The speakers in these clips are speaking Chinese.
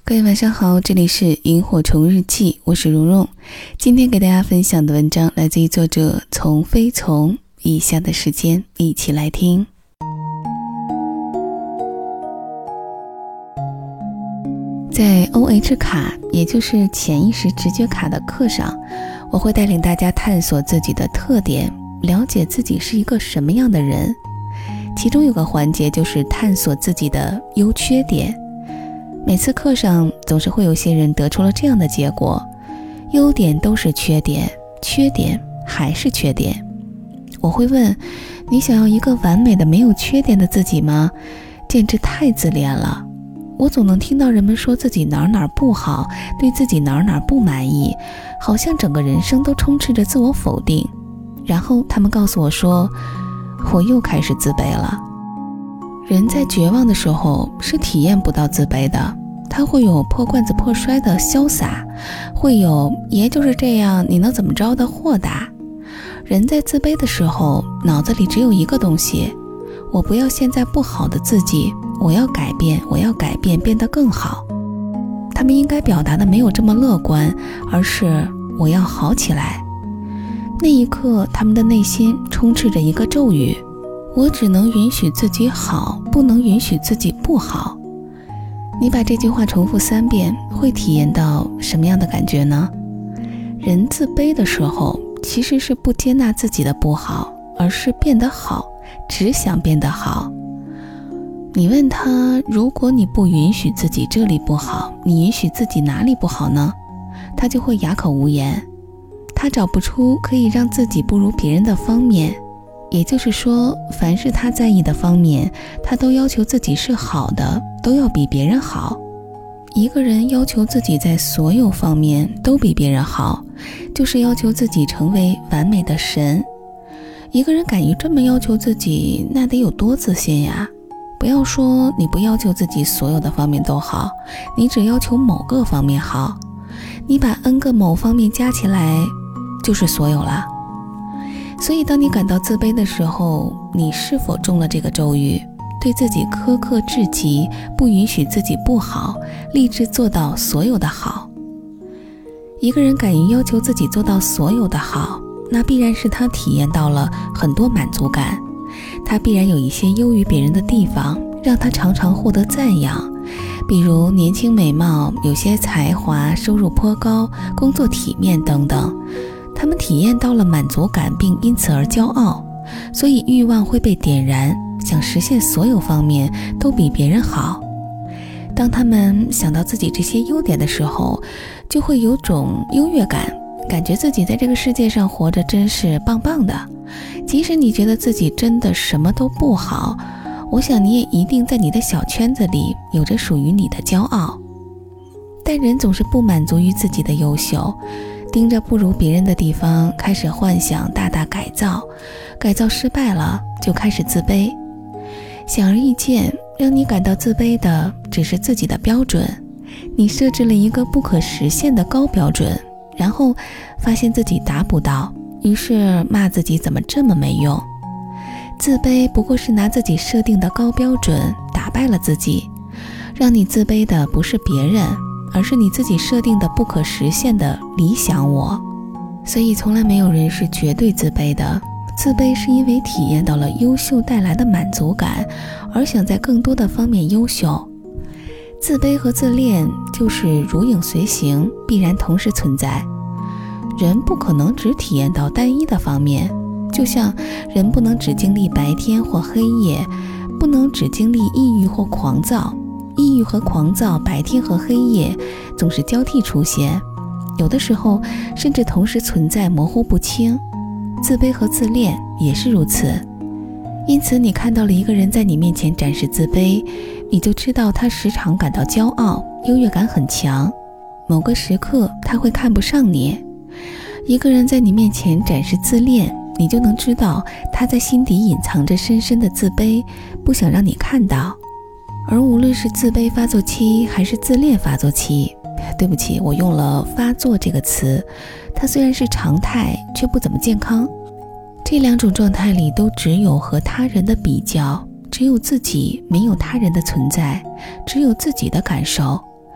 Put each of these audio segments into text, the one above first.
各位晚上好，这里是萤火虫日记，我是蓉蓉。今天给大家分享的文章来自于作者从非从，以下的时间一起来听。在 OH 卡，也就是潜意识直觉卡的课上，我会带领大家探索自己的特点，了解自己是一个什么样的人。其中有个环节就是探索自己的优缺点。每次课上总是会有些人得出了这样的结果：优点都是缺点，缺点还是缺点。我会问，你想要一个完美的没有缺点的自己吗？简直太自恋了。我总能听到人们说自己哪儿不好，对自己哪儿不满意，好像整个人生都充斥着自我否定。然后他们告诉我说，我又开始自卑了。人在绝望的时候是体验不到自卑的，他会有破罐子破摔的潇洒，会有也就是这样你能怎么着的豁达。人在自卑的时候，脑子里只有一个东西，我不要现在不好的自己，我要改变变得更好。他们应该表达的没有这么乐观，而是我要好起来。那一刻他们的内心充斥着一个咒语，我只能允许自己好，不能允许自己不好。你把这句话重复3遍，会体验到什么样的感觉呢？人自卑的时候，其实是不接纳自己的不好，而是变得好，只想变得好。你问他，如果你不允许自己这里不好，你允许自己哪里不好呢？他就会哑口无言。他找不出可以让自己不如别人的方面，也就是说，凡是他在意的方面，他都要求自己是好的，都要比别人好。一个人要求自己在所有方面都比别人好，就是要求自己成为完美的神。一个人敢于这么要求自己，那得有多自信呀！不要说你不要求自己所有的方面都好，你只要求某个方面好，你把 N 个某方面加起来就是所有了。所以当你感到自卑的时候，你是否中了这个咒语，对自己苛刻至极，不允许自己不好，立志做到所有的好。一个人敢于要求自己做到所有的好，那必然是他体验到了很多满足感，他必然有一些优于别人的地方，让他常常获得赞扬，比如年轻美貌，有些才华，收入颇高，工作体面等等。他们体验到了满足感，并因此而骄傲，所以欲望会被点燃，想实现所有方面都比别人好。当他们想到自己这些优点的时候，就会有种优越感，感觉自己在这个世界上活着真是棒棒的。即使你觉得自己真的什么都不好，我想你也一定在你的小圈子里有着属于你的骄傲。但人总是不满足于自己的优秀，盯着不如别人的地方，开始幻想大大改造，改造失败了就开始自卑。显而易见，让你感到自卑的只是自己的标准，你设置了一个不可实现的高标准，然后发现自己达不到，于是骂自己怎么这么没用。自卑不过是拿自己设定的高标准打败了自己，让你自卑的不是别人，而是你自己设定的不可实现的理想我。所以从来没有人是绝对自卑的，自卑是因为体验到了优秀带来的满足感，而想在更多的方面优秀。自卑和自恋就是如影随形，必然同时存在。人不可能只体验到单一的方面，就像人不能只经历白天或黑夜，不能只经历抑郁或狂躁，抑郁和狂躁，白天和黑夜总是交替出现，有的时候甚至同时存在，模糊不清。自卑和自恋也是如此。因此你看到了一个人在你面前展示自卑，你就知道他时常感到骄傲，优越感很强，某个时刻他会看不上你。一个人在你面前展示自恋，你就能知道他在心底隐藏着深深的自卑，不想让你看到。而无论是自卑发作期还是自恋发作期，对不起，我用了发作这个词，它虽然是常态，却不怎么健康。这2种状态里都只有和他人的比较，只有自己，没有他人的存在，只有自己的感受。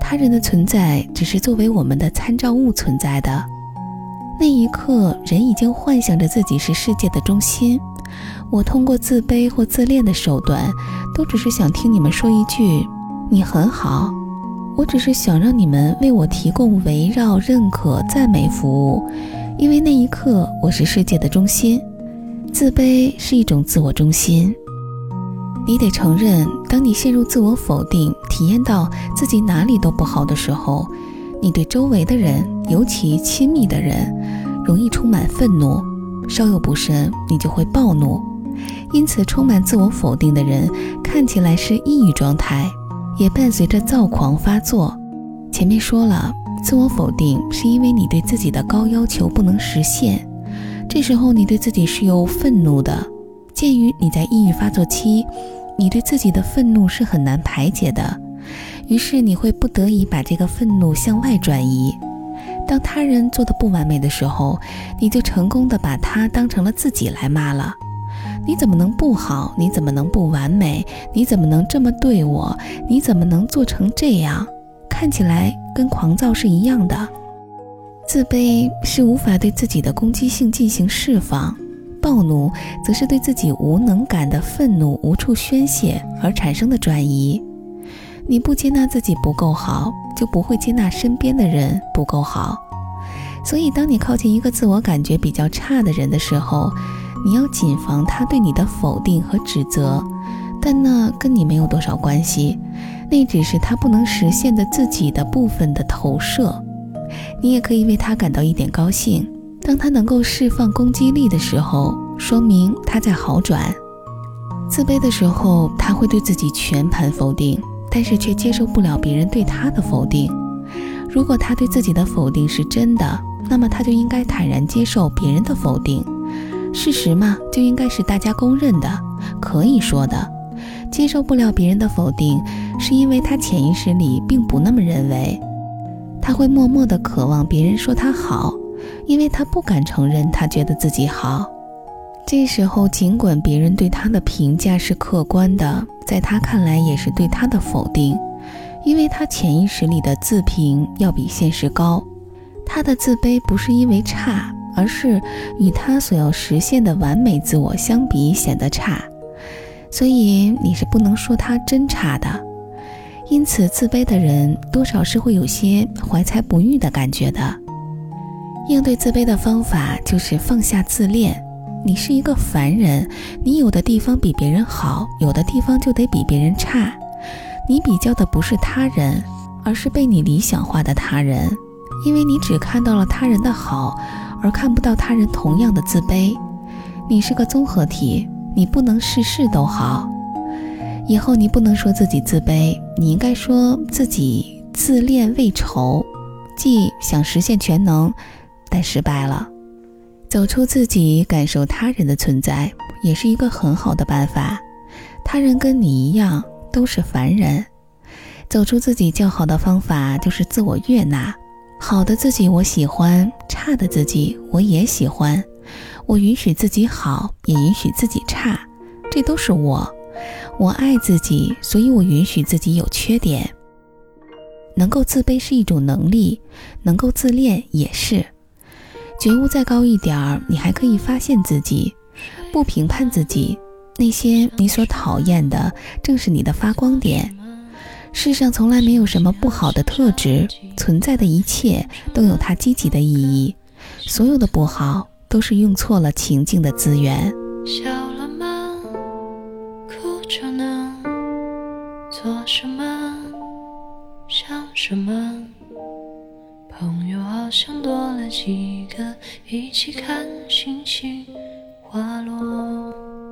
他人的存在只是作为我们的参照物存在的。那一刻，人已经幻想着自己是世界的中心。我通过自卑或自恋的手段，都只是想听你们说一句你很好。我只是想让你们为我提供围绕、认可、赞美服务，因为那一刻我是世界的中心。自卑是一种自我中心。你得承认，当你陷入自我否定，体验到自己哪里都不好的时候，你对周围的人，尤其亲密的人，容易充满愤怒，稍有不慎你就会暴怒。因此充满自我否定的人看起来是抑郁状态，也伴随着躁狂发作。前面说了，自我否定是因为你对自己的高要求不能实现，这时候你对自己是有愤怒的。鉴于你在抑郁发作期，你对自己的愤怒是很难排解的，于是你会不得已把这个愤怒向外转移。当他人做得不完美的时候，你就成功地把他当成了自己来骂了。你怎么能不好？你怎么能不完美？你怎么能这么对我？你怎么能做成这样？看起来跟狂躁是一样的。自卑是无法对自己的攻击性进行释放，暴怒则是对自己无能感的愤怒无处宣泄而产生的转移。你不接纳自己不够好，就不会接纳身边的人不够好。所以当你靠近一个自我感觉比较差的人的时候，你要谨防他对你的否定和指责，但那跟你没有多少关系，那只是他不能实现的自己的部分的投射。你也可以为他感到一点高兴，当他能够释放攻击力的时候，说明他在好转。自卑的时候，他会对自己全盘否定，但是却接受不了别人对他的否定。如果他对自己的否定是真的，那么他就应该坦然接受别人的否定。事实嘛，就应该是大家公认的，可以说的。接受不了别人的否定，是因为他潜意识里并不那么认为。他会默默地渴望别人说他好，因为他不敢承认他觉得自己好。这时候尽管别人对他的评价是客观的，在他看来也是对他的否定，因为他潜意识里的自评要比现实高。他的自卑不是因为差，而是与他所要实现的完美自我相比显得差，所以你是不能说他真差的。因此自卑的人多少是会有些怀才不遇的感觉的。应对自卑的方法就是放下自恋。你是一个凡人，你有的地方比别人好，有的地方就得比别人差。你比较的不是他人，而是被你理想化的他人，因为你只看到了他人的好，而看不到他人同样的自卑。你是个综合体，你不能事事都好。以后你不能说自己自卑，你应该说自己自恋未酬，即想实现全能，但失败了。走出自己，感受他人的存在，也是一个很好的办法。他人跟你一样，都是凡人。走出自己较好的方法就是自我悦纳。好的自己我喜欢，差的自己我也喜欢。我允许自己好，也允许自己差，这都是我。我爱自己，所以我允许自己有缺点。能够自卑是一种能力，能够自恋也是。觉悟再高一点，你还可以发现自己，不评判自己。那些你所讨厌的，正是你的发光点。世上从来没有什么不好的特质，存在的一切都有它积极的意义。所有的不好，都是用错了情境的资源。 笑了吗？哭着呢？做什么？想什么？朋友好像多了几个，一起看星星滑落。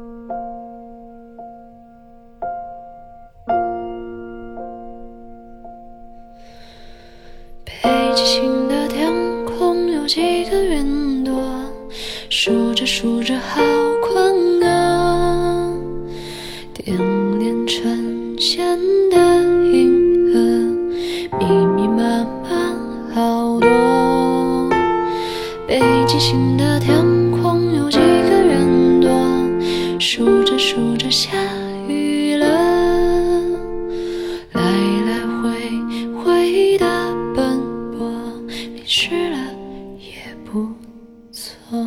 北极星的天空有几个云朵，数着数着好困啊。点点成线的银河，密密麻麻好多。北极星的天空有几个云朵，数着数着下雨了。来来回回回的奔波，淋湿了也不错。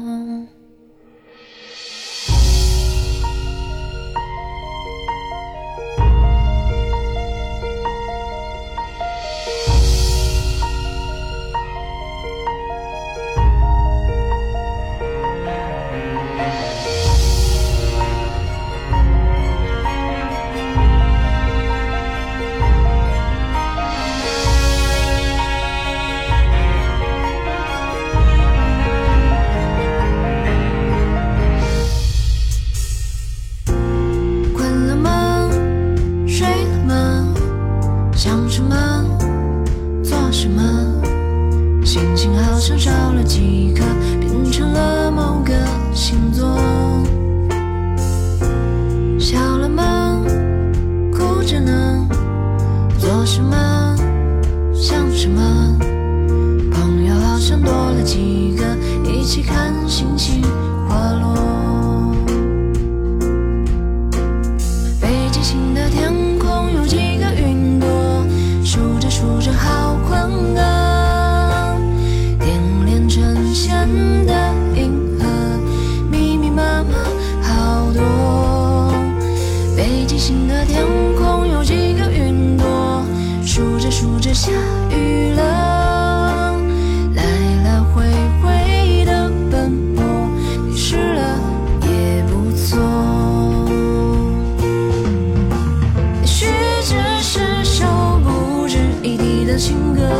想什么，做什么，心情好像少了几颗，变成了某个星座。笑了吗？哭着呢？做什么？想什么？朋友好像多了几个，一起看星星滑落。北极星的天空有几个云朵，数着数着好困啊，点连成线的银河，密密麻麻好多。北极星的天空有几个云朵，数着数着下雨了，来来回回的奔波，淋湿了也不错。也许只是首不值一提的情歌，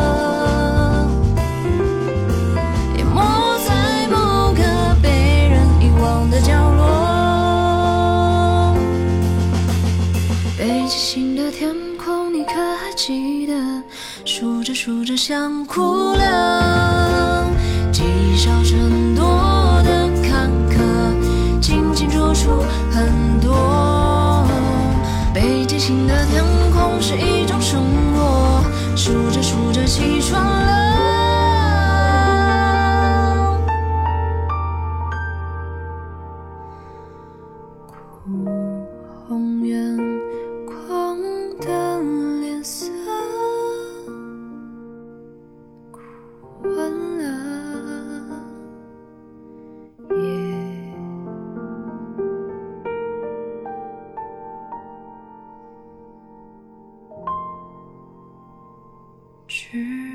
淹没在某个被人遗忘的角落。北极星的天空，你可还记得？数着数着想哭了，积少成多的坎坷，清清楚楚很多。北极星的天空是一种生活，数着数着起床了，哭红眼眶的脸色，哭完了也只